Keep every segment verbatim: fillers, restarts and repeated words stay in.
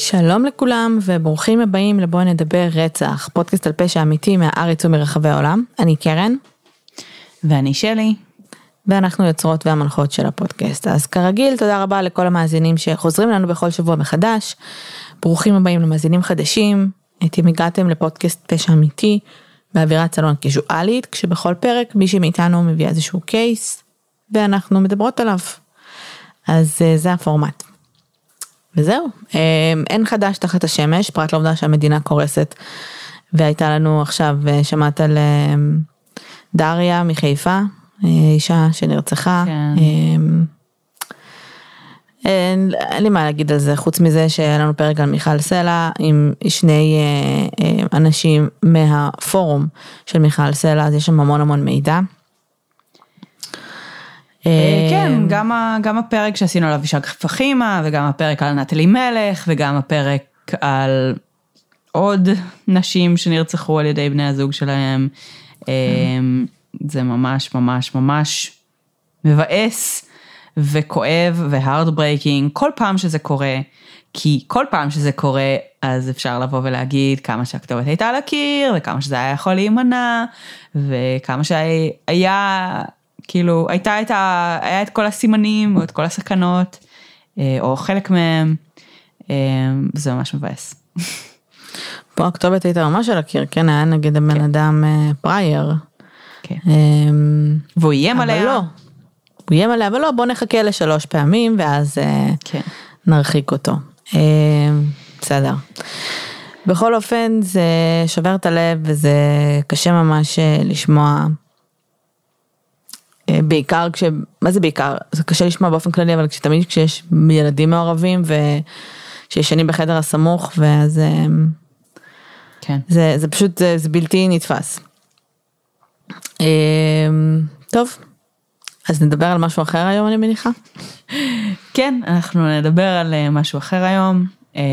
שלום לכולם וברוכים הבאים לבוא נדבר רצח, פודקאסט על פשע אמיתי מהארץ ומרחבי העולם. אני קרן. ואני שלי. ואנחנו יוצרות והמנחות של הפודקאסט. אז כרגיל, תודה רבה לכל המאזינים שחוזרים לנו בכל שבוע מחדש. ברוכים הבאים למאזינים חדשים. אתם הגעתם לפודקאסט פשע אמיתי באווירת סלון קזואלית, כשבכל פרק מישהי מאיתנו מביא איזשהו קייס, ואנחנו מדברות עליו. אז זה הפורמט. וזהו, אין חדש תחת השמש, פרט לעובדה שהמדינה קורסת, והייתה לנו עכשיו, שמעת על דריה מחיפה, אישה שנרצחה, כן. אין, אין לי מה להגיד על זה, חוץ מזה שהיה לנו פרק על מיכל סלע, עם שני אנשים מהפורום של מיכל סלע, אז יש שם המון המון מידע. כן, גם, גם הפרק שעשינו על אבישג פחימה, וגם הפרק על נטלי מלך, וגם הפרק על עוד נשים שנרצחו על ידי בני הזוג שלהם. זה ממש ממש ממש מבאס וכואב והארדברייקינג, כל פעם שזה קורה, כי כל פעם שזה קורה, אז אפשר לבוא ולהגיד כמה שהכתובת הייתה על הקיר, וכמה שזה היה יכול להימנע, וכמה שהיה... כאילו, הייתה את ה... היה את כל הסימנים, או את כל הסכנות, או חלק מהם, זה ממש מבאס. פה הכתובת הייתה ממש על הקיר, כן, היה נגיד הבן אדם פרייר. כן. והוא איים עליה. אבל לא, הוא איים עליה, אבל לא, בוא נחכה לשלוש פעמים, ואז נרחיק אותו. בסדר. בכל אופן, זה שובר את הלב, וזה קשה ממש לשמוע... בעיקר כש... מה זה בעיקר? זה קשה לשמוע באופן כללי, אבל תמיד כשיש ילדים מעורבים, ושישנים בחדר הסמוך, ואז... כן. זה, זה פשוט, זה, זה בלתי נתפס. טוב, אז נדבר על משהו אחר היום, אני מניחה? כן, אנחנו נדבר על משהו אחר היום.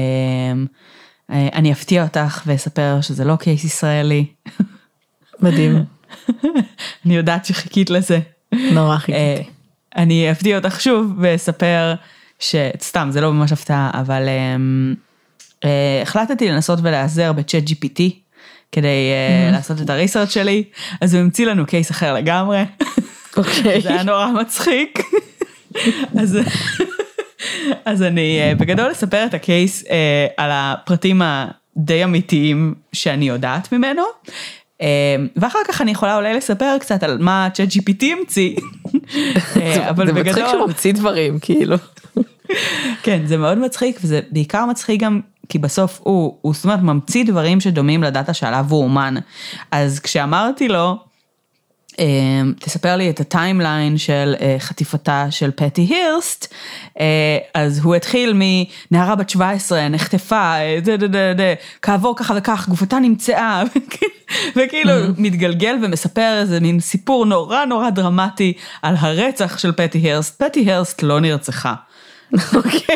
אני אפתיע אותך ואספר שזה לא קייס ישראלי. מדהים. אני יודעת שחיכית לזה. נורא חיכיתי. אני אפתיע אותך שוב ואספר שסתם, זה לא ממש הפתעה, אבל החלטתי לנסות ולעזר בצ'אט ג'י פי טי, כדי לעשות את הריסרצ' שלי, אז הוא המציא לנו קייס אחר לגמרי. אוקיי. זה היה נורא מצחיק. אז... אז אני בגדול אספר את הקייס על הפרטים הדי אמיתיים שאני יודעת ממנו, ואחר כך אני יכולה אולי לספר קצת על מה צ'אט ג'י פי טי המציא. זה מצחיק שהוא ממציא דברים, כאילו. כן, זה מאוד מצחיק, וזה בעיקר מצחיק גם, כי בסוף הוא, הוא זאת אומרת, ממציא דברים שדומים לדאטה שעליו הוא אומן. אז כשאמרתי לו, תספר לי את הטיימליין של חטיפתה של פטי הירסט, אז הוא התחיל מנערה בת שבע עשרה, נחטפה, כעבור ככה וכך, גופתה נמצאה, וכאילו מתגלגל ומספר איזה מין סיפור נורא נורא דרמטי על הרצח של פטי הירסט. פטי הירסט לא נרצחה. אוקיי.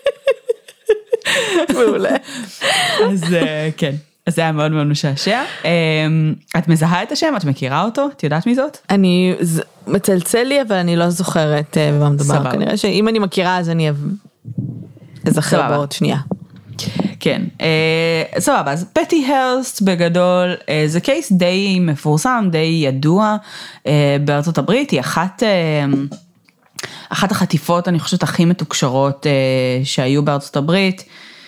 מעולה. אז כן. אז זה היה מאוד מאוד משעשע. את מזהה את השם? את מכירה אותו? את יודעת מי זאת? אני, מצלצל לי, אבל אני לא זוכרת במה מדובר. כנראה שאם אני מכירה, אז אני אזכר בעוד שנייה. כן. סבבה, אז פטי הירסט בגדול, זה קייס די מפורסם, די ידוע בארצות הברית, היא אחת... אחת החטיפות, אני חושבת, הכי מתוקשרות שהיו בארצות הברית,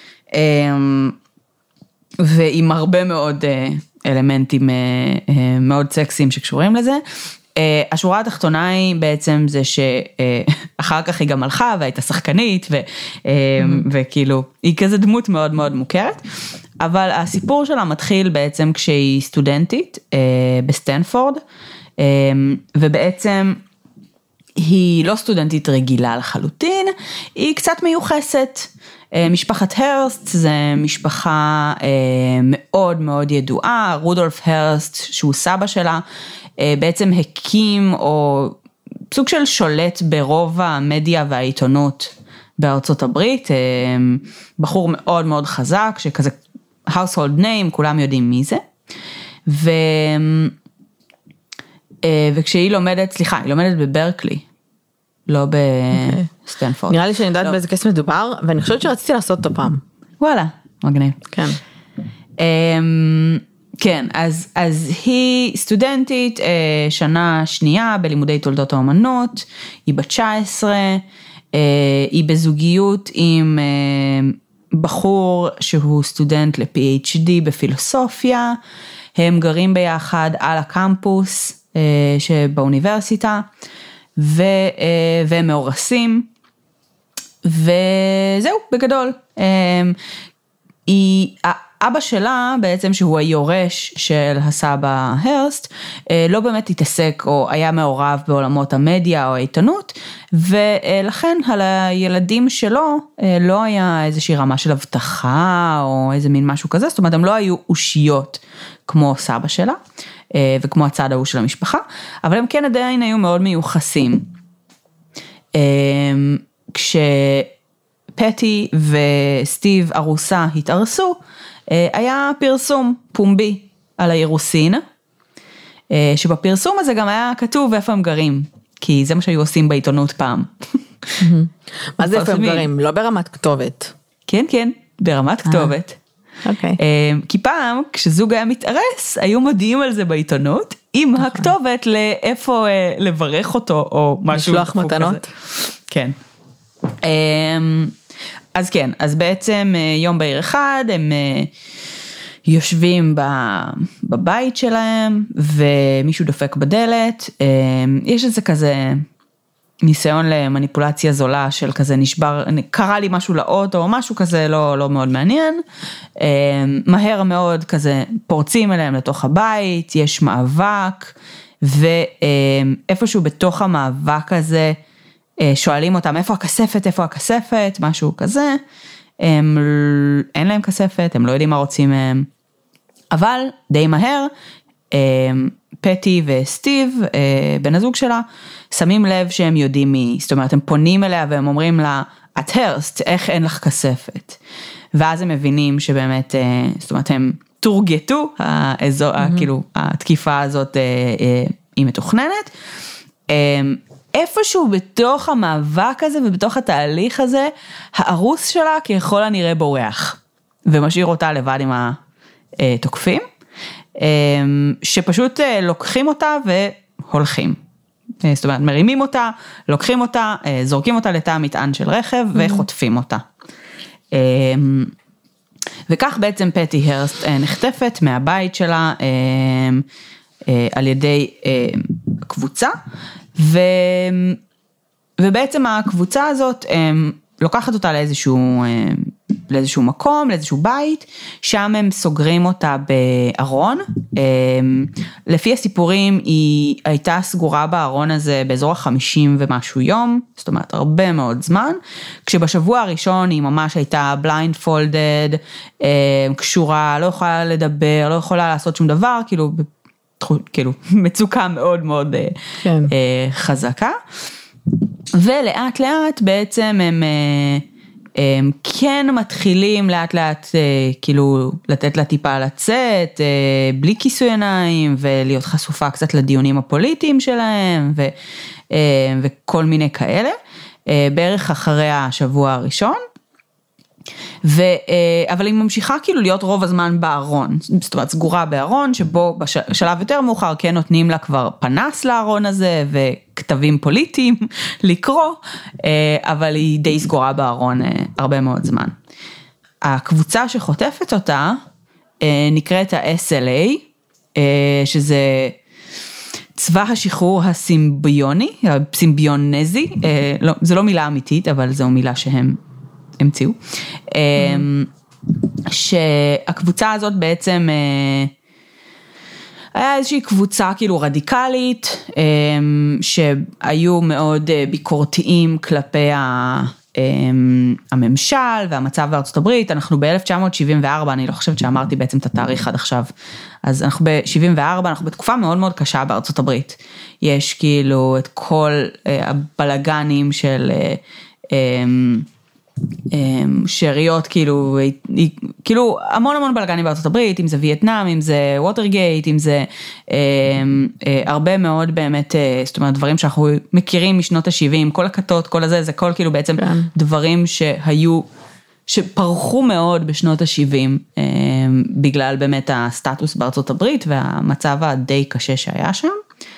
ועם הרבה מאוד אלמנטים מאוד סקסיים שקשורים לזה. השורה התחתונה היא בעצם זה שאחר כך היא גם הלכה והייתה שחקנית, וכאילו היא כזה דמות מאוד מאוד מוכרת, אבל הסיפור שלה מתחיל בעצם כשהיא סטודנטית בסטנפורד, ובעצם היא לא סטודנטית רגילה לחלוטין, היא קצת מיוחסת. משפחת הרסט זה משפחה מאוד מאוד ידועה, רודולף הרסט שהוא סבא שלה, בעצם הקים או סוג של שולט ברוב המדיה והעיתונות בארצות הברית, בחור מאוד מאוד חזק, שכזה household name, כולם יודעים מי זה, ו... וכשהיא לומדת, סליחה, היא לומדת בברקלי, לא בסטנפורד. נראה לי שאני יודעת באיזה קייס מדובר, ואני חושבת שרציתי לעשות אותו פעם. וואלה, מגניב. כן. כן, אז, אז היא סטודנטית, שנה שנייה בלימודי תולדות האמנות, היא בת תשע עשרה, היא בזוגיות עם בחור שהוא סטודנט ל-פי אייץ' די בפילוסופיה, הם גרים ביחד על הקמפוס שבאוניברסיטה, ו, והם מאורסים, וזהו, בגדול. היא, אבא שלה בעצם שהוא היורש של הסבא הרסט, לא באמת התעסק או היה מעורב בעולמות המדיה או העיתונות, ולכן על הילדים שלו לא היה איזושהי רמה של הבטחה או איזה מין משהו כזה, זאת אומרת הם לא היו אושיות כמו סבא שלה וכמו הצד ההוא של המשפחה, אבל הם כן עדיין היו מאוד מיוחסים. כשפטי וסטיב ארוסה התארסו, היה פרסום פומבי על האירוסין, שבפרסום הזה גם היה כתוב איפה הם גרים, כי זה מה שהיו עושים בעיתונות פעם. מה זה איפה הם גרים? לא ברמת כתובת. כן, כן, ברמת כתובת. אוקיי. כי פעם, כשזוג היה מתארס, היו מודיעים על זה בעיתונות, עם הכתובת לאיפה לברך אותו, או משהו. לשלוח מתנות? כן. אז כן, אז בעצם יום בהיר אחד, הם יושבים בבית שלהם, ומישהו דופק בדלת, יש איזה כזה ניסיון למניפולציה זולה של כזה נשבר, קרה לי משהו לאוטו, או משהו כזה לא, לא מאוד מעניין, מהר מאוד כזה פורצים אליהם לתוך הבית, יש מאבק, ואיפשהו בתוך המאבק הזה, שואלים אותם איפה הכספת, איפה הכספת, משהו כזה, הם, אין להם כספת, הם לא יודעים מה רוצים מהם, אבל די מהר, פטי וסטיב, בן הזוג שלה, שמים לב שהם יודעים מי, זאת אומרת, הם פונים אליה והם אומרים לה, את הרסט, איך אין לך כספת? ואז הם מבינים שבאמת, זאת אומרת, הם תורגטו, האזור, mm-hmm. כאילו, התקיפה הזאת היא מתוכננת, איפשהו בתוך המאבק הזה ובתוך התהליך הזה, הארוס שלה ככל הנראה בורח, ומשאיר אותה לבד עם התוקפים, שפשוט לוקחים אותה והולכים. זאת אומרת, מרימים אותה, לוקחים אותה, זורקים אותה לתא המטען של רכב וחוטפים אותה. וכך בעצם פטי הרסט נחטפת מהבית שלה על ידי קבוצה, ו... ובעצם הקבוצה הזאת לוקחת אותה לאיזשהו, לאיזשהו מקום, לאיזשהו בית, שם הם סוגרים אותה בארון, לפי הסיפורים היא הייתה סגורה בארון הזה באזור החמישים ומשהו יום, זאת אומרת הרבה מאוד זמן, כשבשבוע הראשון היא ממש הייתה blindfolded, קשורה, לא יכולה לדבר, לא יכולה לעשות שום דבר, כאילו, כאילו מצוקה מאוד מאוד כן. חזקה, ולאט לאט בעצם הם, הם כן מתחילים לאט לאט כאילו לתת לה טיפה לצאת, בלי כיסוי עיניים, ולהיות חשופה קצת לדיונים הפוליטיים שלהם, ו, וכל מיני כאלה, בערך אחרי השבוע הראשון, ו, אבל היא ממשיכה כאילו להיות רוב הזמן בארון, זאת אומרת סגורה בארון, שבו בשלב יותר מאוחר כן נותנים לה כבר פנס לארון הזה, וכתבים פוליטיים לקרוא, אבל היא די סגורה בארון הרבה מאוד זמן. הקבוצה שחוטפת אותה נקראת ה-אס אל איי, שזה צבא השחרור הסימביוני, הסימביונזי, לא, זה לא מילה אמיתית, אבל זו מילה שהם המציאו, שהקבוצה הזאת בעצם היה איזושהי קבוצה כאילו רדיקלית, שהיו מאוד ביקורתיים כלפי הממשל והמצב בארצות הברית. אנחנו ב-אלף תשע מאות שבעים וארבע, אני לא חושבת שאמרתי בעצם את התאריך עד עכשיו, אז אנחנו ב-שבעים וארבע, אנחנו בתקופה מאוד מאוד קשה בארצות הברית, יש כאילו את כל הבלגנים של שאריות, כאילו, כאילו המון המון בלגנים בארצות הברית, אם זה וייטנאם, אם זה ווטרגייט, אם זה הרבה מאוד באמת, זאת אומרת, דברים שאנחנו מכירים משנות ה-שבעים, כל הכתות, כל הזה, זה כל כאילו בעצם דברים שהיו שפרחו מאוד בשנות ה-שבעים, בגלל באמת הסטטוס בארצות הברית, והמצב הדי קשה שהיה שם.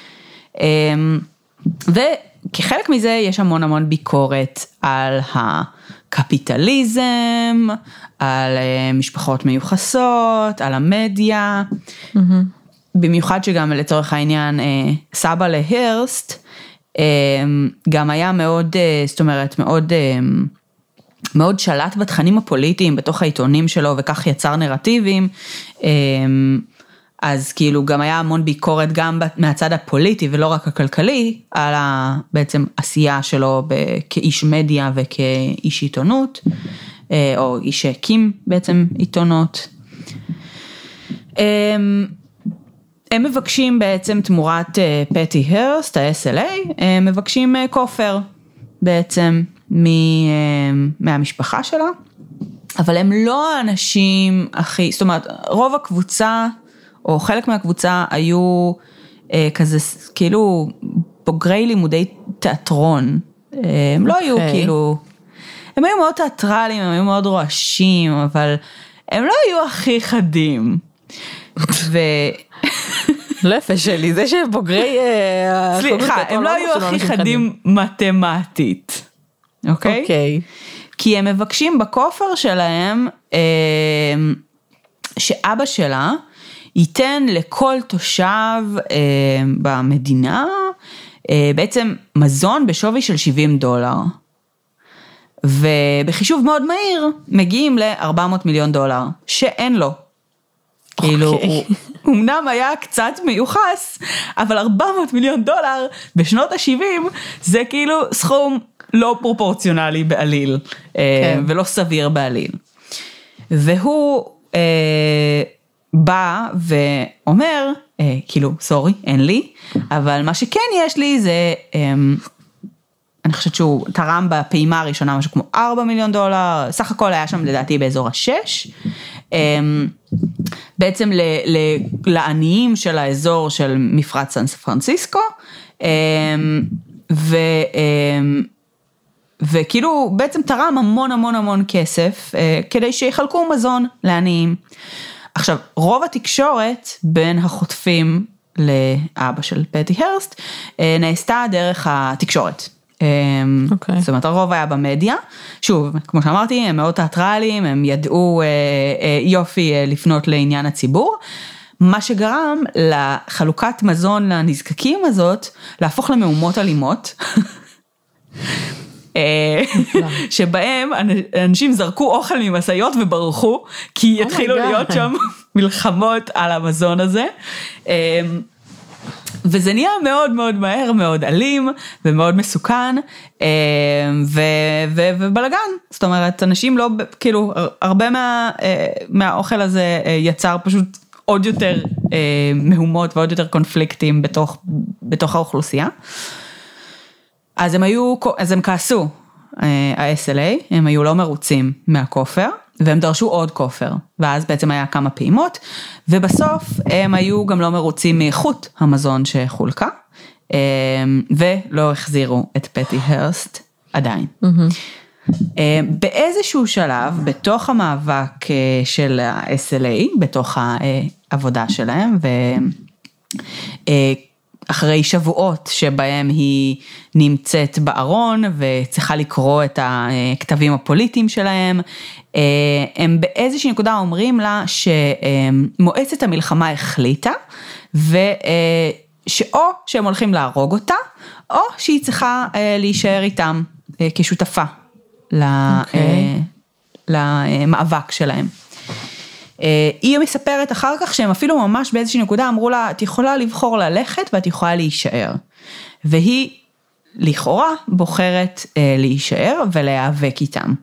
וכחלק מזה יש המון המון ביקורת על הקפיטליזם, על משפחות מיוחסות, על המדיה, mm-hmm. במיוחד שגם לצורך העניין סבא להרסט, גם היה מאוד, זאת אומרת, מאוד, מאוד שלט בתכנים הפוליטיים, בתוך העיתונים שלו, וכך יצר נרטיבים, אז כאילו גם היה המון ביקורת גם מהצד הפוליטי, ולא רק הכלכלי, על בעצם עשייה שלו כאיש מדיה וכאיש עיתונות, או איש שהקים בעצם עיתונות. הם מבקשים בעצם תמורת פטי הרסט, ה-אס אל איי, הם מבקשים כופר בעצם מהמשפחה שלה, אבל הם לא האנשים הכי, זאת אומרת, רוב הקבוצה, או חלק מהקבוצה היו כזה, כאילו, בוגרי לימודי תיאטרון, הם לא היו כאילו, הם היו מאוד תיאטרליים, הם היו מאוד רועשים, אבל הם לא היו הכי חדים, ו... לא יפה שלי, זה שבוגרי... סליחה, הם לא היו הכי חדים מתמטית, אוקיי? אוקיי. כי הם מבקשים בכופר שלהם, שאבא שלה ייתן לכל תושב במדינה, בעצם מזון בשווי של שבעים דולר. ובחישוב מאוד מהיר, מגיעים ל-ארבע מאות מיליון דולר, שאין לו. כאילו, הוא אמנם היה קצת מיוחס, אבל ארבע מאות מיליון דולר בשנות ה-שבעים, זה כאילו סכום לא פרופורציונלי בעליל, ולא סביר בעליל. והוא בא ואומר, כאילו, סורי, אין לי, אבל מה שכן יש לי זה, אני חושבת שהוא תרם בפעימה הראשונה משהו כמו ארבע מיליון דולר, סך הכל היה שם לדעתי באזור השש, בעצם לעניים של האזור של מפרץ סן פרנסיסקו, ו... וכאילו בעצם תרם המון המון המון כסף, כדי שיחלקו מזון לעניים. עכשיו, רוב התקשורת בין החוטפים לאבא של פטי הרסט, נעשתה דרך התקשורת. Okay. זאת אומרת, הרוב היה במדיה, שוב, כמו שאמרתי, הם מאוד תיאטרליים, הם ידעו אה, אה, יופי אה, לפנות לעניין הציבור, מה שגרם לחלוקת מזון לנזקקים הזאת, להפוך למהומות אלימות, שבהם אנשים זרקו אוכל ממסעיות וברחו, כי התחילו להיות שם מלחמות על המזון הזה, וזה נהיה מאוד מאוד מהר, מאוד אלים ומאוד מסוכן, ובלגן, זאת אומרת, אנשים לא, כאילו, הרבה מה, מהאוכל הזה יצר פשוט עוד יותר מהומות ועוד יותר קונפליקטים בתוך, בתוך האוכלוסייה. אז הם היו, אז הם כעסו, ה-אס אל איי, הם היו לא מרוצים מהכופר, והם דרשו עוד כופר, ואז בעצם היה כמה פעימות, ובסוף הם היו גם לא מרוצים מאיכות המזון שחולקה, ולא החזירו את פטי הרסט עדיין. באיזשהו שלב, בתוך המאבק של ה-אס אל איי, בתוך העבודה שלהם, ואחרי שבועות שבהם היא נמצאת בארון, וצריכה לקרוא את הכתבים הפוליטיים שלהם, הם באיזושהי נקודה אומרים לה, שמועצת המלחמה החליטה, ושאו שהם הולכים להרוג אותה, או שהיא צריכה להישאר איתם כשותפה למאבק שלהם. היא מספרת אחר כך שהם אפילו ממש באיזושהי נקודה אמרו לה, את יכולה לבחור ללכת ואת יכולה להישאר. והיא לכאורה בוחרת להישאר ולהיאבק איתם.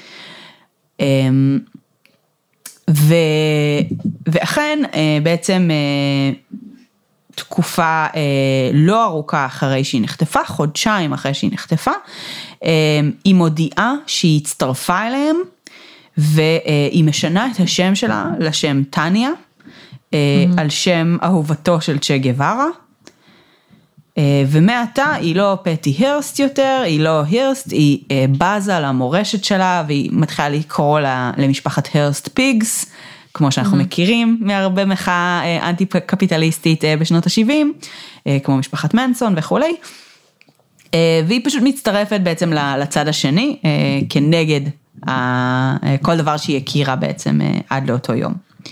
ו... ואכן בעצם תקופה לא ארוכה אחרי שהיא נחטפה, חודשיים אחרי שהיא נחטפה, היא מודיעה שהיא הצטרפה אליהם, והיא משנה את השם שלה לשם טניה, על שם אהובתו של צ'ה גווארה, ומעתה היא לא פטי הרסט יותר, היא לא הרסט, היא בזה למורשת שלה, והיא מתחילה לקרוא למשפחת הרסט פיגס, כמו שאנחנו מכירים מהרבה מחאה אנטי-קפיטליסטית בשנות ה-שבעים, כמו משפחת מנסון וכולי, והיא פשוט מצטרפת בעצם לצד השני, כנגד כל דבר שהיא הכירה בעצם עד לאותו יום.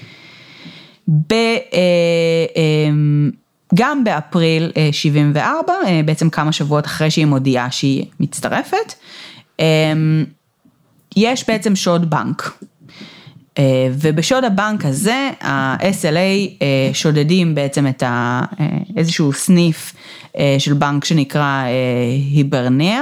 גם באפריל שבעים וארבע, בעצם כמה שבועות אחרי שהיא מודיעה שהיא מצטרפת, יש בעצם שוד בנק. ובשוד הבנק הזה, ה-אס אל איי שודדים בעצם את איזשהו סניף של בנק שנקרא היברניה,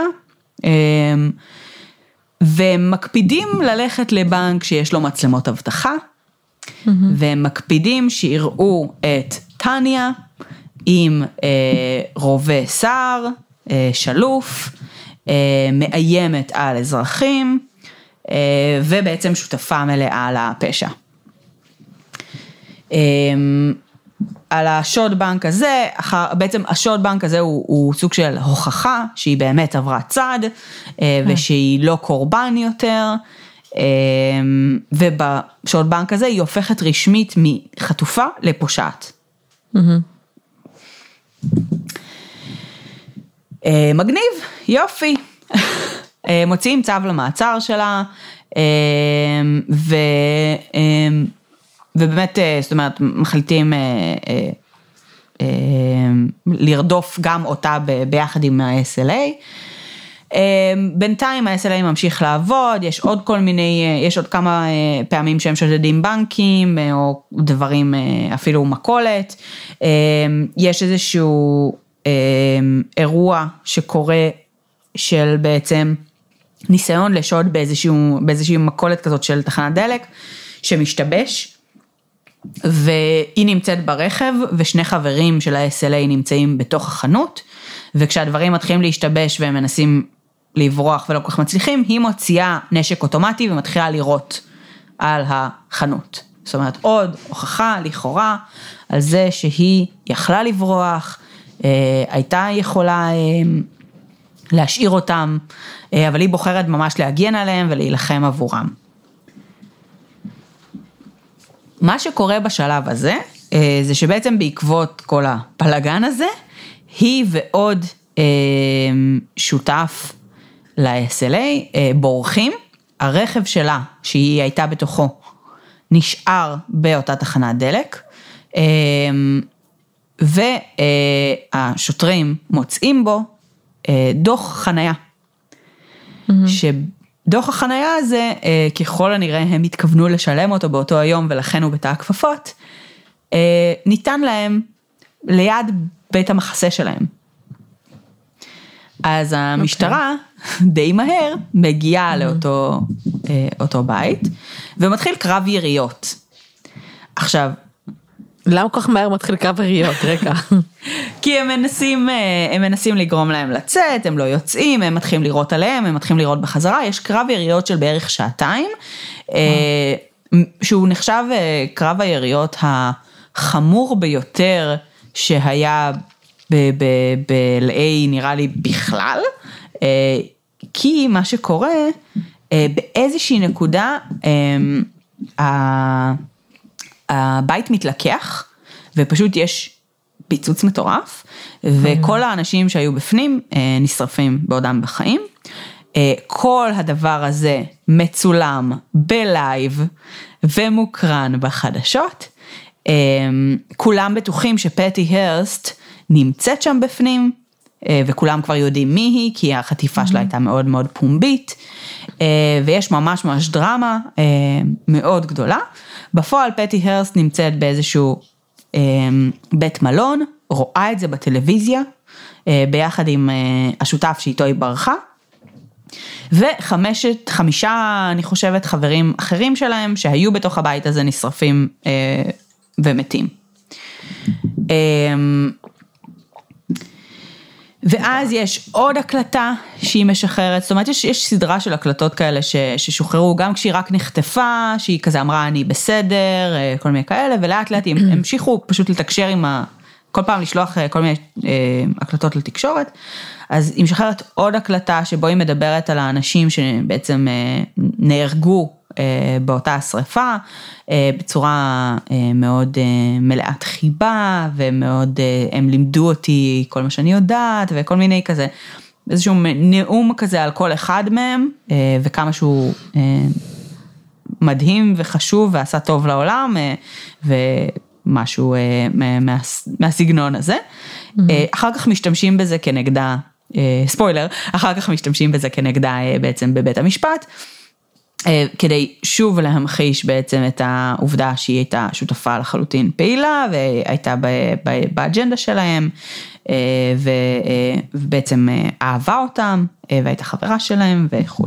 ומקפידים ללכת לבנק שיש לו מצלמות אבטחה, והם מקפידים שיראו את טניה עם רובה שר, שלוף, מאיימת על אזרחים, ובעצם שותפה מלאה לפשע. על השוד בנק הזה, בעצם השוד בנק הזה הוא, הוא סוג של הוכחה שהיא באמת עברה צד, ושהיא לא קורבן יותר, ובשוד בנק הזה היא הופכת רשמית מחטופה לפושעת. מגניב, יופי. מוציאים צו למעצר שלה, ו, ובאמת, זאת אומרת, מחליטים לרדוף גם אותה ביחד עם ה-אס אל איי. בינתיים ה-אס אל איי ממשיך לעבוד, יש עוד כל מיני, יש עוד כמה פעמים שהם שודדים בנקים, או דברים, אפילו מקולת. יש איזשהו אירוע שקורה של בעצם ניסיון לשוד באיזשהו, באיזושהי מקולת כזאת של תחנת דלק, שמשתבש, והיא נמצאת ברכב, ושני חברים של ה-אס אל איי נמצאים בתוך החנות, וכשהדברים מתחילים להשתבש, והם מנסים לברוח ולא כל כך מצליחים, היא מוציאה נשק אוטומטי, ומתחילה לירות על החנות. זאת אומרת, עוד הוכחה לכאורה, על זה שהיא יכלה לברוח, הייתה יכולה להשאיר אותם, אבל היא בוחרת ממש להגן עליהם ולהילחם עבורם. מה שקורה בשלב הזה, זה שבעצם בעקבות כל הפלגן הזה, היא ועוד שותף ל-אס אל איי בורחים, הרכב שלה שהיא הייתה בתוכו נשאר באותה תחנת דלק, והשוטרים מוצאים בו דוח חנייה, שדוח החנייה הזה, ככל הנראה הם התכוונו לשלם אותו באותו היום, ולכן הוא בתא הכפפות, ניתן להם ליד בית המחסה שלהם. אז המשטרה די מהר מגיעה לאותו אותו בית, ומתחיל קרב יריות. עכשיו, למה כל כך מהר מתחיל קרב יריות? רגע. כי הם מנסים, הם מנסים לגרום להם לצאת, הם לא יוצאים, הם מתחילים לירות עליהם, הם מתחילים לירות בחזרה, יש קרב יריות של בערך שעתיים, שהוא נחשב קרב היריות החמור ביותר שהיה ב-אל איי נראה לי בכלל, כי מה שקורה, באיזושהי נקודה, הבית מתלקח, ופשוט יש פיצוץ מטורף, וכל האנשים שהיו בפנים נשרפים בעודם בחיים. כל הדבר הזה מצולם בלייב ומוקרן בחדשות. כולם בטוחים שפטי הרסט נמצאת שם בפנים, וכולם כבר יודעים מי היא, כי החטיפה שלה הייתה מאוד מאוד פומבית, ויש ממש ממש דרמה מאוד גדולה. בפועל פטי הרסט נמצאת באיזשהו בית מלון, רואה את זה בטלוויזיה, ביחד עם השותף שאיתו היא ברחה, וחמשת, חמישה, אני חושבת, חברים אחרים שלהם, שהיו בתוך הבית הזה נשרפים ומתים. ואז יש עוד הקלטה שהיא משחררת, זאת אומרת, יש, יש סדרה של הקלטות כאלה ש, ששוחררו, גם כשהיא רק נחטפה, שהיא כזה אמרה, אני בסדר, כל מיני כאלה, ולאט לאט הם המשיכו פשוט לתקשר עם כל פעם לשלוח כל מיני הקלטות לתקשורת, אז היא משחררת עוד הקלטה שבו היא מדברת על האנשים שבעצם נהרגו באותה השריפה, בצורה מאוד מלאת חיבה, ומאוד, הם לימדו אותי כל מה שאני יודעת, וכל מיני כזה, איזשהו נאום כזה על כל אחד מהם, וכמה שהוא מדהים וחשוב, ועשה טוב לעולם, ומשהו מה, מהסגנון הזה. Mm-hmm. אחר כך משתמשים בזה כנגדה, ספוילר, אחר כך משתמשים בזה כנגדה בעצם בבית המשפט, כדי שוב להמחיש בעצם את העובדה שהיא הייתה שותפה לחלוטין פעילה, והייתה באג'נדה שלהם, ובעצם אהבה אותם, והייתה חברה שלהם וכו'.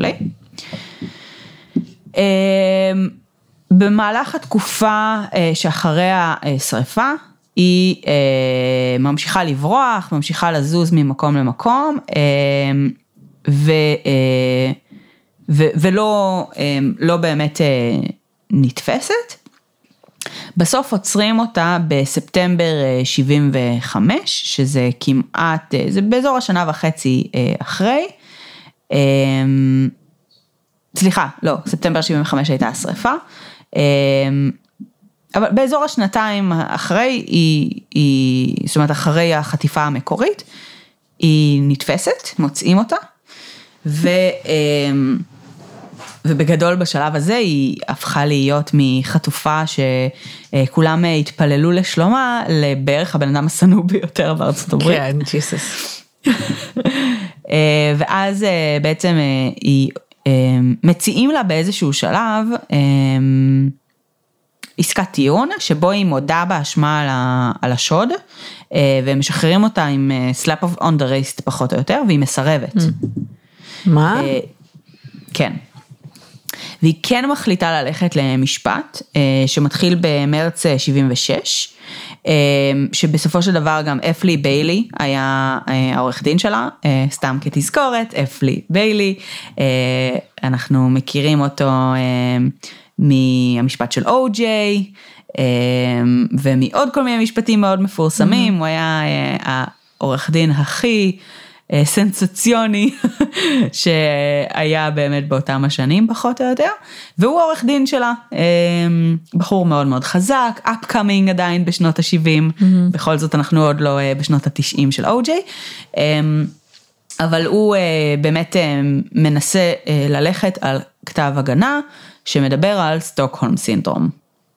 במהלך התקופה שאחרי השריפה, היא ממשיכה לברוח, ממשיכה לזוז ממקום למקום, ו... ו- ולא לא באמת נתפסת. בסוף עוצרים אותה בספטמבר שבעים וחמש, שזה כמעט, זה באזור השנה וחצי אחרי. סליחה, לא, ספטמבר שבעים וחמש הייתה השריפה. אבל באזור השנתיים אחרי, היא, היא, זאת אומרת, אחרי החטיפה המקורית, היא נתפסת, מוצאים אותה. ו... ובגדול בשלב הזה היא הפכה להיות מחטופה שכולם התפללו לשלומה, לבערך הבן אדם השנוא ביותר בארצות הברית. כן, ג'יסוס. ואז בעצם היא, מציעים לה באיזשהו שלב, עסקת טיעון, שבו היא מודה באשמה על השוד, והם משחררים אותה עם slap of on the wrist פחות או יותר, והיא מסרבת. מה? כן. והיא כן מחליטה ללכת למשפט, שמתחיל במרץ שבעים ושש, שבסופו של דבר גם אפלי ביילי היה העורך דין שלה, סתם כתזכורת, אפלי ביילי, אנחנו מכירים אותו מהמשפט של או ג'יי, ומעוד כל מיני משפטים מאוד מפורסמים, הוא היה העורך דין הכי סנסציוני שהיה באמת באותם השנים פחות או יותר, והוא העורך דין שלה, בחור מאוד מאוד חזק, upcoming עדיין בשנות ה-שבעים, בכל זאת אנחנו עוד לא בשנות ה-תשעים של או ג'יי, אבל הוא באמת מנסה ללכת על כתב הגנה שמדבר על סטוקהולם סינדרום.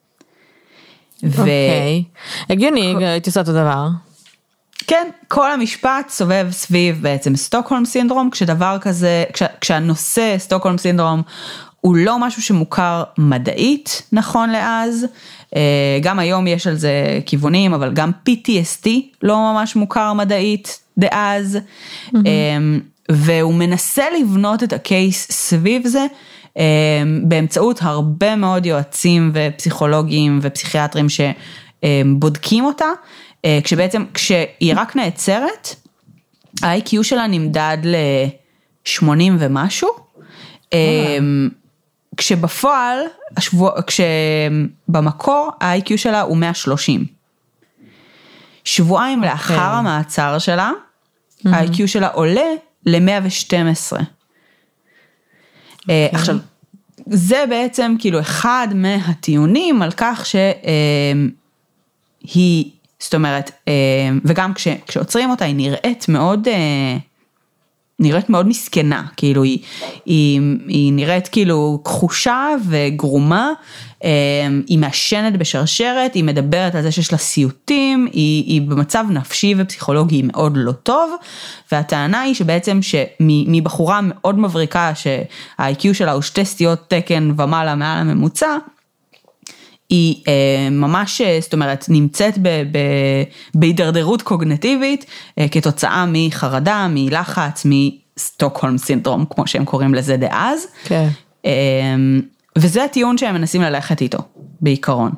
אוקיי, הגיוני, הייתי עושה אותו דבר. כן, כל המשפט סובב סביב בעצם סטוקהולם סינדרום, כשדבר כזה, כש, כשהנושא סטוקהולם סינדרום הוא לא משהו שמוכר מדעית נכון לאז, גם היום יש על זה כיוונים, אבל גם פי טי אס טי לא ממש מוכר מדעית דאז, mm-hmm. והוא מנסה לבנות את הקייס סביב זה, באמצעות הרבה מאוד יועצים ופסיכולוגים ופסיכיאטרים שבודקים אותה, כשבעצם, כשהיא רק נעצרת, ה-איי קיו שלה נמדד ל-שמונים ומשהו, כשבפועל, כשבמקור, ה-איי קיו שלה הוא מאה ושלושים. שבועיים לאחר המעצר שלה, ה-איי קיו שלה עולה ל-מאה ושתים עשרה. עכשיו, זה בעצם כאילו אחד מהטיעונים על כך שהיא, זאת אומרת, וגם כש, כשעוצרים אותה, היא נראית מאוד, נראית מאוד מסכנה, כאילו היא, היא, היא נראית כאילו כחושה וגרומה, היא מעשנת בשרשרת, היא מדברת על זה שיש לה סיוטים, היא, היא במצב נפשי ופסיכולוגי מאוד לא טוב, והטענה היא שבעצם שמבחורה מאוד מבריקה, שה-איי קיו שלה הוא שתי סטיות תקן ומעלה מעל הממוצע, היא ממש, זאת אומרת, נמצאת בהידרדרות קוגניטיבית, כתוצאה מחרדה, מלחץ, מסטוקהולם סינדרום, כמו שהם קוראים לזה דאז. כן. וזה הטיעון שהם מנסים ללכת איתו, בעיקרון.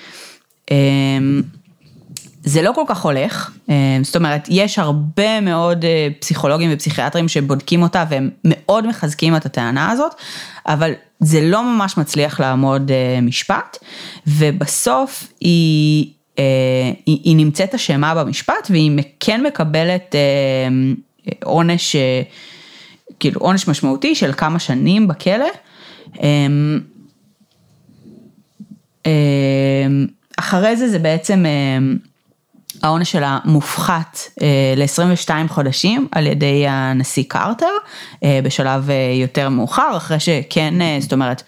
זה לא כל כך הולך, זאת אומרת, יש הרבה מאוד פסיכולוגים ופסיכיאטרים שבודקים אותה, והם מאוד מחזקים את הטענה הזאת, אבל זה לא ממש מצליח לעמוד משפט, ובסוף היא היא, היא נמצאת אשמה במשפט, והיא כן מקבלת עונש, כאילו עונש משמעותי של כמה שנים בכלא. אחרי זה זה בעצם העונש שלה מופחת ל-עשרים ושתיים חודשים על ידי הנשיא קרטר, בשלב יותר מאוחר, אחרי שכן, זאת אומרת,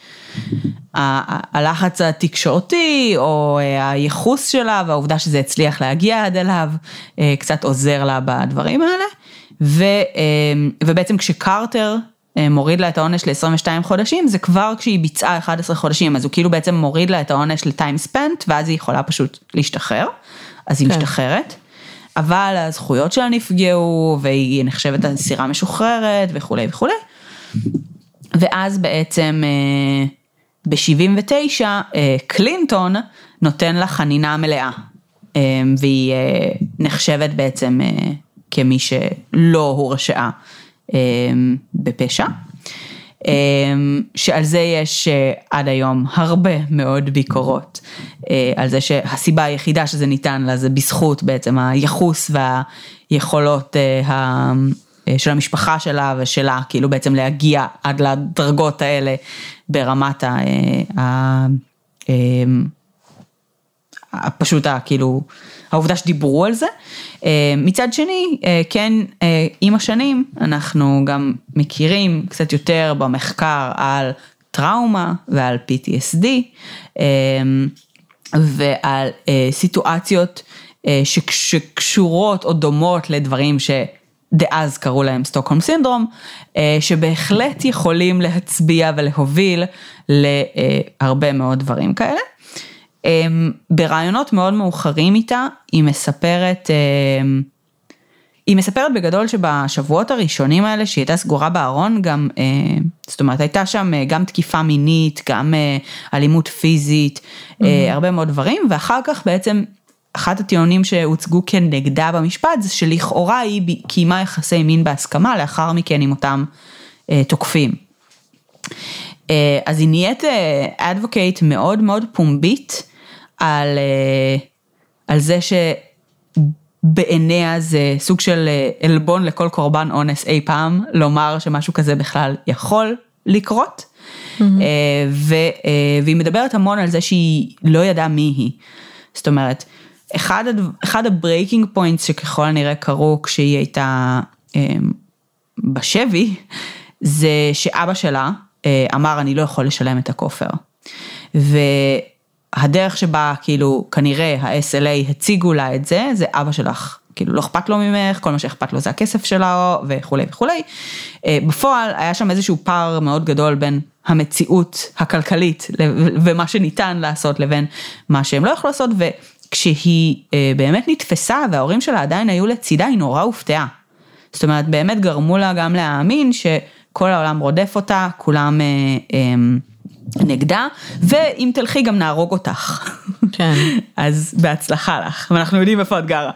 הלחץ התקשורתי או הייחוס שלה והעובדה שזה הצליח להגיע עד אליו, קצת עוזר לה בדברים האלה, ו, ובעצם כשקרטר מוריד לה את העונש ל-עשרים ושתיים חודשים, זה כבר כשהיא ביצעה אחד עשר חודשים, אז הוא כאילו בעצם מוריד לה את העונש ל-time spent, ואז היא יכולה פשוט להשתחרר, אז היא כן. משתחררת, אבל הזכויות שלה נפגעו, והיא נחשבת אסירה משוחררת, וכו' וכו'. ואז בעצם ב-שבעים ותשע, קלינטון נותן לה חנינה מלאה, והיא נחשבת בעצם כמי שלא הורשעה בפשע, שעל זה יש עד היום הרבה מאוד ביקורות, על זה שהסיבה היחידה שזה ניתן לה זה בזכות בעצם היחוס והיכולות של המשפחה שלה ושלה, כאילו בעצם להגיע עד לדרגות האלה ברמת ה... פשוט כאילו העובדה שדיברו על זה. מצד שני, כן, עם השנים אנחנו גם מכירים קצת יותר במחקר על טראומה ועל פי טי אס די, ועל סיטואציות שקשורות או דומות לדברים שדאז קראו להם סטוקהולם סינדרום, שבהחלט יכולים להצביע ולהוביל להרבה מאוד דברים כאלה. ברעיונות מאוד מאוחרים איתה, היא מספרת, היא מספרת בגדול שבשבועות הראשונים האלה, שהיא הייתה סגורה בארון, גם, זאת אומרת, הייתה שם גם תקיפה מינית, גם אלימות פיזית, mm-hmm. הרבה מאוד דברים, ואחר כך בעצם, אחת הטיעונים שהוצגו כנגדה במשפט, זה שלכאורה היא קיימה יחסי מין בהסכמה, לאחר מכן עם אותם תוקפים. אז היא נהיית אדבוקייט מאוד מאוד פומבית, על, על זה שבעיניה זה סוג של אלבון לכל קורבן אונס אי פעם, לומר שמשהו כזה בכלל יכול לקרות, mm-hmm. ו, והיא מדברת המון על זה שהיא לא ידעה מי היא, זאת אומרת, אחד, אחד הברייקינג פוינטס שככל הנראה קרו כשהיא הייתה בשבי, זה שאבא שלה אמר אני לא יכול לשלם את הכופר, ו... הדרך שבה, כאילו, כנראה ה-אס אל איי הציגו לה את זה, זה אבא שלך, כאילו, לא אכפת לו ממך, כל מה שאכפת לו זה הכסף שלו, וכו' וכו'. בפועל, היה שם איזשהו פער מאוד גדול בין המציאות הכלכלית, ומה שניתן לעשות, לבין מה שהם לא יכולו לעשות, וכשהיא באמת נתפסה, וההורים שלה עדיין היו לצידה, היא נורא הופתעה. זאת אומרת, באמת גרמו לה גם להאמין, שכל העולם רודף אותה, כולם... נגדה, ואם תלכי גם נהרוג אותך. כן. אז בהצלחה לך, ואנחנו יודעים איפה את גרה.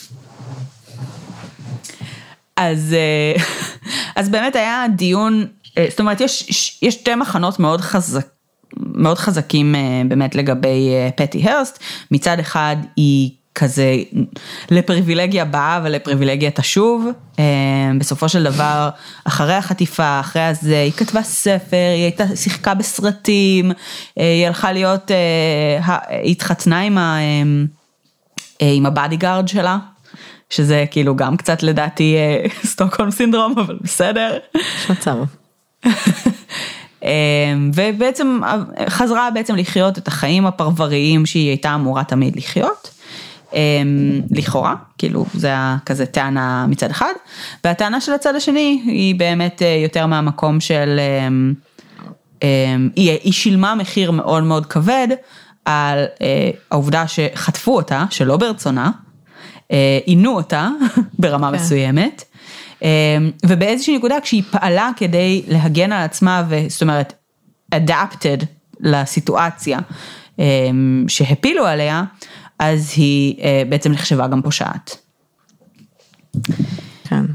אז, אז באמת היה דיון, זאת אומרת, יש, יש שתי מחנות מאוד חזק, מאוד חזקים באמת לגבי פטי הרסט, מצד אחד היא כזה לפריבילגיה באה ולפריבילגיה תשוב, בסופו של דבר, אחרי החטיפה, אחרי הזה, היא כתבה ספר, היא הייתה שיחקה בסרטים, היא הלכה להיות, היא התחתנה עם, ה, עם הבאדיגארד שלה, שזה כאילו גם קצת לדעתי סטוקהולם סינדרום, אבל בסדר. יש מצב. ובעצם חזרה בעצם לחיות את החיים הפרבריים שהיא הייתה אמורה תמיד לחיות, לכאורה, כאילו זה היה כזה טענה מצד אחד, והטענה של הצד השני היא באמת יותר מהמקום של, היא, היא שילמה מחיר מאוד מאוד כבד על העובדה שחטפו אותה, שלא ברצונה, עינו אותה ברמה okay. מסוימת, ובאיזושהי נקודה כשהיא פעלה כדי להגן על עצמה, וזאת אומרת, adapted לסיטואציה שהפילו עליה, אז היא בעצם נחשבה גם פושעת. כן.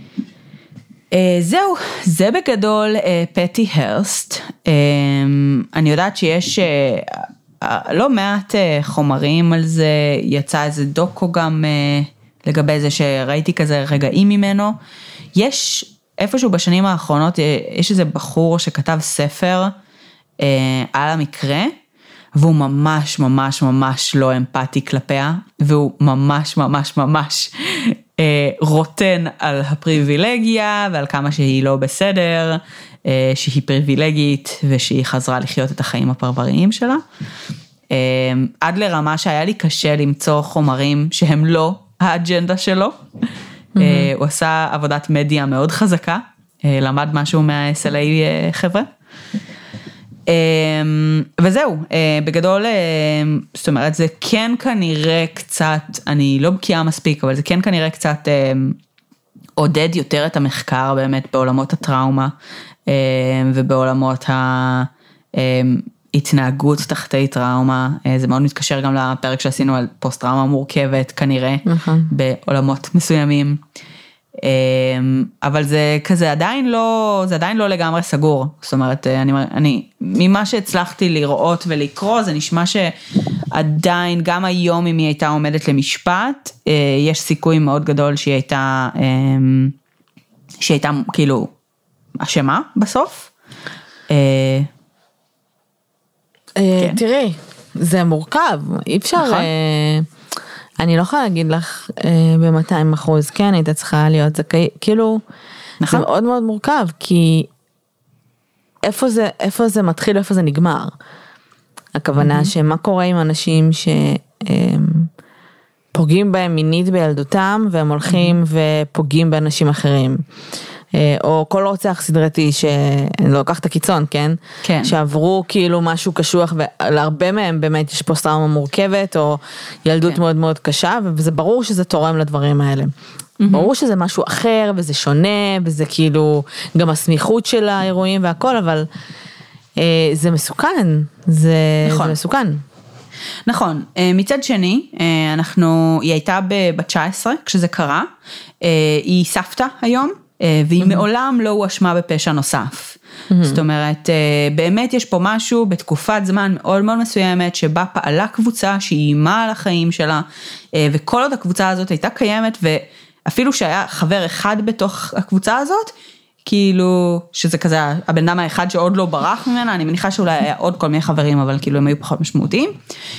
זהו, זה בגדול פטי הרסט. אני יודעת שיש לא מעט חומרים על זה, יצא איזה דוקו גם לגבי זה שראיתי כזה רגעים ממנו. יש איפשהו בשנים האחרונות, יש איזה בחור שכתב ספר על המקרה, והוא ממש ממש ממש לא אמפתי כלפיה, והוא ממש ממש ממש רוטן על הפריבילגיה, ועל כמה שהיא לא בסדר, שהיא פריבילגית, ושהיא חזרה לחיות את החיים הפרבריים שלה. עד לרמה שהיה לי קשה למצוא חומרים שהם לא האג'נדה שלו. הוא עשה עבודת מדיה מאוד חזקה, למד משהו מה-אס אל איי חבר'ה. וזהו, בגדול, זאת אומרת, זה כן כנראה קצת, אני לא בקיאה מספיק, אבל זה כן כנראה קצת עודד יותר את המחקר באמת בעולמות הטראומה, ובעולמות ההתנהגות תחתי טראומה. זה מאוד מתקשר גם לפרק שעשינו על פוסט טראומה מורכבת, כנראה, בעולמות מסוימים. אבל זה כזה עדיין לא, זה עדיין לא לגמרי סגור. זאת אומרת, אני, אני, ממה שהצלחתי לראות ולקרוא, זה נשמע שעדיין, גם היום אם היא הייתה עומדת למשפט, יש סיכוי מאוד גדול שהיא הייתה, שהיא הייתה כאילו אשמה בסוף. תראי, זה מורכב, אי אפשר... אני לא יכולה להגיד לך ב-מאתיים אחוז, כן, היית צריכה להיות זכאי, כאילו, זה מאוד מאוד מורכב, כי איפה זה, איפה זה מתחיל, איפה זה נגמר. הכוונה שמה קורה עם אנשים שפוגעים בהם מינית בילדותם, והם הולכים ופוגעים באנשים אחרים. או כל רוצח סדרתי, שאני לא לוקח את הקיצון, כן? כן. שעברו כאילו משהו קשוח, ולהרבה מהם באמת יש פוסט טראומה מורכבת, או ילדות כן. מאוד מאוד קשה, וזה ברור שזה תורם לדברים האלה. Mm-hmm. ברור שזה משהו אחר, וזה שונה, וזה כאילו גם הסמיכות של האירועים והכל, אבל אה, זה מסוכן, זה, נכון. זה מסוכן. נכון, מצד שני, אנחנו, היא הייתה ב-תשע עשרה כשזה קרה, היא סבתא היום, והיא מעולם לא הואשמה בפשע נוסף. זאת אומרת, באמת יש פה משהו בתקופת זמן מאוד מאוד מסוימת, שבה פעלה קבוצה שהיא אימה על החיים שלה, וכל עוד הקבוצה הזאת הייתה קיימת, ואפילו שהיה חבר אחד בתוך הקבוצה הזאת, כאילו, שזה כזה הבן אדם האחד שעוד לא ברח ממנה, אני מניחה שאולי היה עוד כל מיני חברים, אבל כאילו הם היו פחות משמעותיים.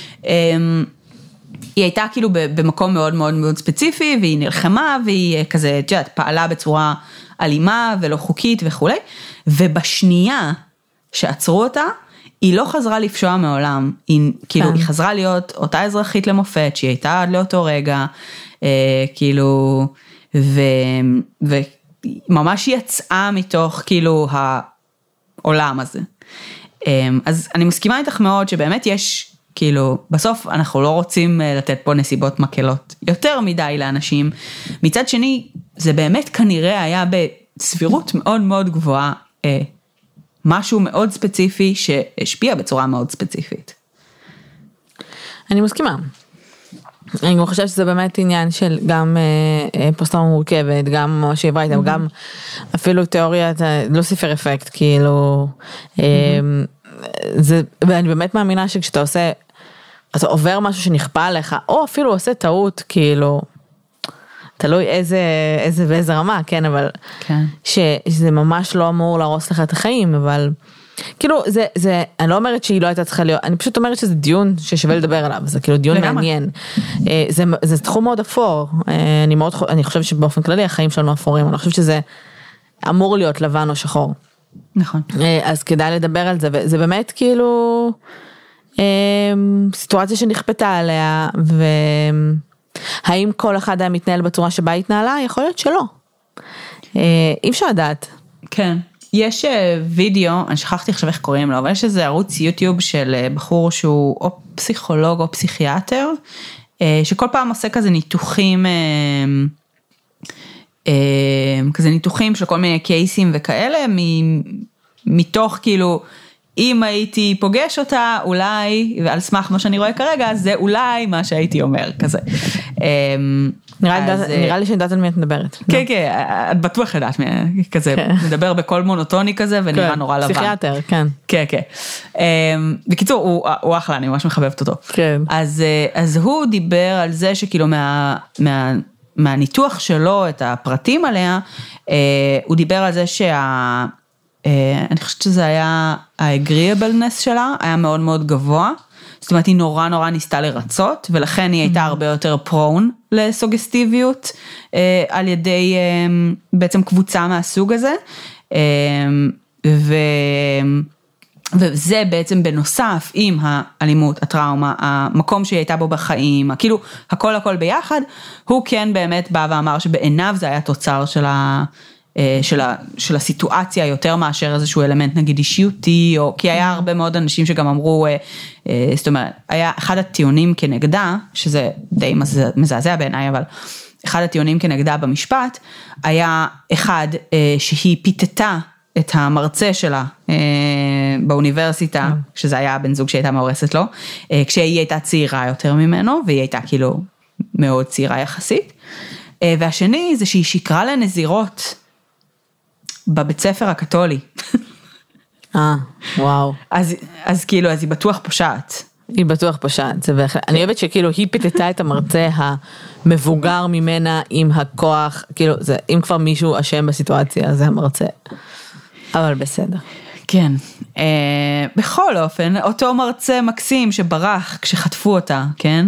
היא הייתה כאילו במקום מאוד מאוד מאוד ספציפי, והיא נלחמה, והיא כזה, ג'ת, פעלה בצורה אלימה ולא חוקית וכו'. ובשנייה שעצרו אותה, היא לא חזרה לפשוע מעולם. היא, כאילו, היא חזרה להיות אותה אזרחית למופת, שהיא הייתה עד לאותו רגע, אה, כאילו, ו, וממש יצאה מתוך, כאילו, העולם הזה. אה, אז אני מסכימה איתך מאוד שבאמת יש, כאילו, בסוף אנחנו לא רוצים לתת פה נסיבות מקלות יותר מדי לאנשים. מצד שני, זה באמת כנראה היה בסבירות מאוד מאוד גבוהה, אה, משהו מאוד ספציפי שהשפיע בצורה מאוד ספציפית. אני מסכימה. אני גם חושבת שזה באמת עניין של גם אה, פוסט-טראומה מורכבת, גם מה שהיא איתם, mm-hmm. גם אפילו תיאוריית לוסיפר אפקט, כאילו, mm-hmm. אה, זה, ואני באמת מאמינה שכשאתה עושה, אתה עובר משהו שנכפה עליך, או אפילו עושה טעות, כאילו, תלוי איזה, איזה ואיזה רמה, כן, אבל, כן. שזה ממש לא אמור להרוס לך את החיים, אבל, כאילו, זה, זה, אני לא אומרת שהיא לא הייתה צריכה להיות, אני פשוט אומרת שזה דיון ששווה לדבר עליו, זה כאילו דיון לגמרי. מעניין. זה, זה תחום מאוד אפור, אני מאוד, אני חושבת שבאופן כללי החיים שלנו אפורים, אני חושבת שזה אמור להיות לבן או שחור. נכון. אז כדאי לדבר על זה, וזה באמת כאילו, סיטואציה שנכפתה עליה, והאם כל אחד היה מתנהל בצורה שבה התנהלה, יכול להיות שלא. אי אפשר לדעת. כן. יש וידאו, אני שכחתי עכשיו איך קוראים לו, אבל יש איזה ערוץ יוטיוב של בחור שהוא או פסיכולוג או פסיכיאטר, שכל פעם עושה כזה ניתוחים, כזה ניתוחים של כל מיני קייסים וכאלה, מתוך כאילו, אם הייתי פוגש אותה, אולי, ועל סמך מה שאני רואה כרגע, זה אולי מה שהייתי אומר, כזה. נראה לי שידעת על מי את מדברת. כן, כן, את בטוח ידעת, כזה, מדבר בקול מונוטוני כזה, ונראה נורא לבן. פסיכיאטר, כן. כן, כן. בקיצור, הוא אחלה, אני ממש מחבבת אותו. כן. אז הוא דיבר על זה שכאילו מהניתוח שלו, את הפרטים עליה, הוא דיבר על זה שה... אני חושבת שזה היה, ה-agreeableness שלה היה מאוד מאוד גבוה, זאת אומרת היא נורא נורא ניסתה לרצות, ולכן היא הייתה הרבה יותר פרון לסוגסטיביות, על ידי בעצם קבוצה מהסוג הזה, ו... וזה בעצם בנוסף עם האלימות, הטראומה, המקום שהיא הייתה בו בחיים, כאילו הכל הכל ביחד, הוא כן באמת בא ואמר שבעיניו זה היה תוצר של ה... של, ה, של הסיטואציה יותר מאשר איזשהו אלמנט נגיד אישיותי, או כי היה הרבה מאוד אנשים שגם אמרו, זאת אומרת, היה אחד הטיעונים כנגדה, שזה די מזעזע בעיניי, אבל אחד הטיעונים כנגדה במשפט, היה אחד שהיא פיתתה את המרצה שלה באוניברסיטה, שזה היה בן זוג שהייתה מאורסת לו, כשהיא הייתה צעירה יותר ממנו, והיא הייתה כאילו מאוד צעירה יחסית, והשני זה שהיא שיקרה לנזירות, בבית ספר הקתולי. אה, וואו. אז, אז כאילו, אז היא בטוח פושעת. היא בטוח פושעת, זה בהחלט. אני אוהבת שכאילו היא פיתתה את המרצה המבוגר ממנה עם הכוח, כאילו, זה, אם כבר מישהו אשם בסיטואציה, זה המרצה. אבל בסדר. כן. אה, בכל אופן, אותו מרצה מקסים שברח כשחטפו אותה, כן?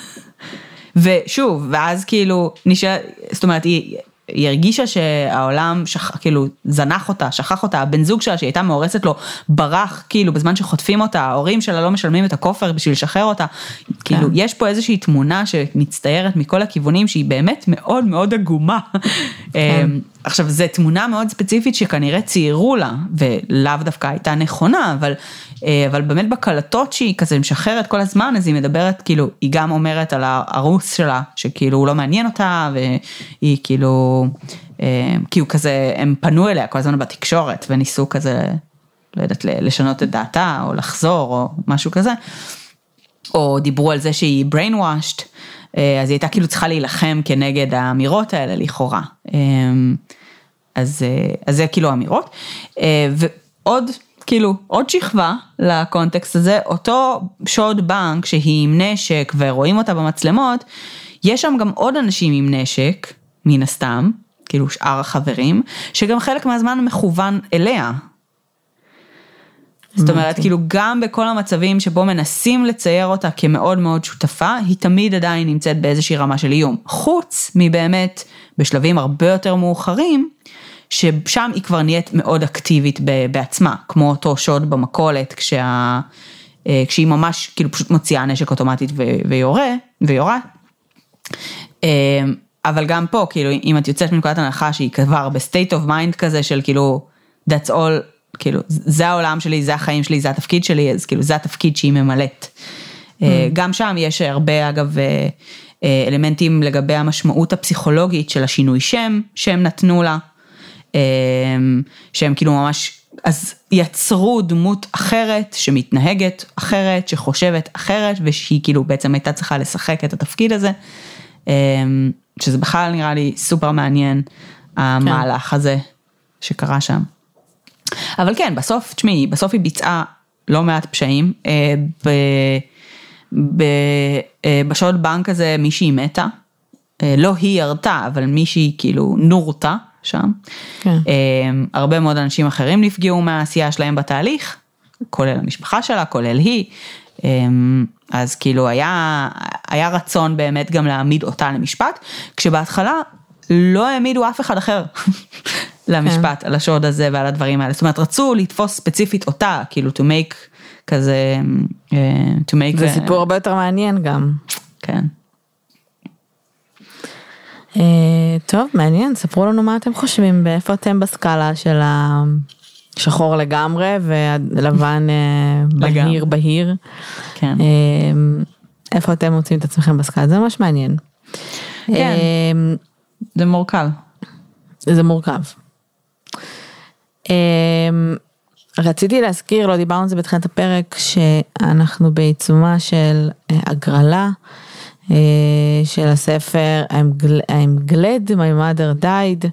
ושוב, ואז כאילו, נשאר, זאת אומרת, היא... היא הרגישה שהעולם שכ, כאילו זנח אותה, שכח אותה, הבן זוג שלה שהיא הייתה מאורסת לו, ברח כאילו בזמן שחוטפים אותה, ההורים שלה לא משלמים את הכופר בשביל לשחרר אותה, כן. כאילו יש פה איזושהי תמונה שמצטיירת מכל הכיוונים שהיא באמת מאוד מאוד עגומה. כן. עכשיו זו תמונה מאוד ספציפית שכנראה ציירו לה, ולאו דווקא הייתה נכונה, אבל, אבל באמת בקלטות שהיא כזה משחררת כל הזמן, אז היא מדברת, כאילו, היא גם אומרת על הרוס שלה, שכאילו הוא לא מעניין אותה, והיא כאילו, כי הוא כזה, הם פנו אליה כל הזמן בתקשורת, וניסו כזה, לא יודעת, לשנות את דעתה, או לחזור, או משהו כזה, או דיברו על זה שהיא brainwashed, אז היא הייתה כאילו צריכה להילחם כנגד האמירות האלה לכאורה. אז, אז זה כאילו האמירות. ועוד, כאילו, עוד שכבה לקונטקסט הזה, אותו שוד בנק שהיא עם נשק ורואים אותה במצלמות, יש שם גם עוד אנשים עם נשק, מן הסתם, כאילו שאר החברים, שגם חלק מהזמן מכוון אליה. זאת אומרת, כאילו גם בכל המצבים שבו מנסים לצייר אותה כמאוד מאוד שותפה, היא תמיד עדיין נמצאת באיזושהי רמה של איום. חוץ מבאמת בשלבים הרבה יותר מאוחרים, ששם היא כבר נהיית מאוד אקטיבית בעצמה, כמו אותו שוד במקולת, כשה, כשהיא ממש כאילו פשוט מוציאה נשק אוטומטית ויורה, ויורה. אבל גם פה, כאילו, אם את יוצאת מנקודת הנחה שהיא כבר בסטייט אוף מיינד כזה של כאילו, that's all, כאילו, זה העולם שלי, זה החיים שלי, זה התפקיד שלי, אז כאילו, זה התפקיד שהיא ממלאת. Mm. גם שם יש הרבה, אגב, אלמנטים לגבי המשמעות הפסיכולוגית של השינוי שם, שהם נתנו לה, שהם כאילו ממש, אז יצרו דמות אחרת, שמתנהגת אחרת, שחושבת אחרת, ושהיא כאילו בעצם הייתה צריכה לשחק את התפקיד הזה, שזה בכלל נראה לי סופר מעניין, המהלך הזה שקרה שם. אבל כן, בסוף, תשמעי, בסוף היא ביצעה לא מעט פשעים, בשוד בנק הזה מישהי מתה, לא היא ירתה, אבל מישהי כאילו נורתה שם, כן. הרבה מאוד אנשים אחרים נפגעו מהעשייה שלהם בתהליך, כולל המשפחה שלה, כולל היא, אז כאילו היה, היה רצון באמת גם להעמיד אותה למשפט, כשבהתחלה לא העמידו אף אחד אחר למשפט כן. על השוד הזה ועל הדברים האלה, זאת אומרת רצו לתפוס ספציפית אותה, כאילו to make כזה, to make... זה סיפור הרבה יותר מעניין גם. כן. טוב, מעניין, ספרו לנו מה אתם חושבים, באיפה אתם בסקאלה של השחור לגמרי ולבן בהיר בהיר, כן. איפה אתם מוצאים את עצמכם בסקאלה, זה ממש מעניין. כן, זה מורכב. זה מורכב. רציתי להזכיר, לא דיברנו על זה בתחילת הפרק, שאנחנו בעיצומה של הגרלה, של הספר I'm glad my mother died.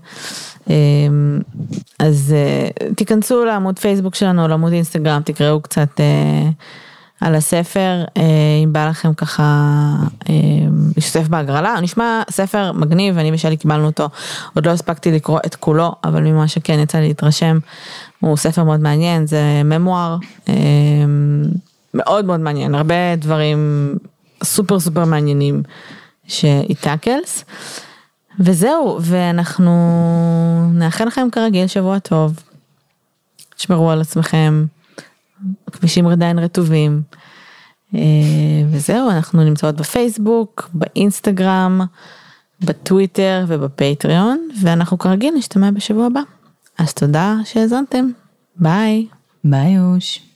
אז תיכנסו לעמוד פייסבוק שלנו, לעמוד אינסטגרם, תקראו קצת על הספר, אם בא לכם ככה להשתתף בהגרלה. נשמע ספר מגניב, אני ושלי קיבלנו אותו, עוד לא הספקתי לקרוא את כולו, אבל ממה שכן יצא לי להתרשם, הוא ספר מאוד מעניין, זה ממואר, מאוד מאוד מעניין, הרבה דברים סופר סופר מעניינים שאיתקלס, וזהו, ואנחנו נאחל לכם כרגיל שבוע טוב, תשמרו על עצמכם, כבישים עדיין רטובים, וזהו, אנחנו נמצאות בפייסבוק, באינסטגרם, בטוויטר ובפטריון, ואנחנו כרגיל נשתמע בשבוע הבא. אז תודה שהזנתם, ביי. ביי אוש.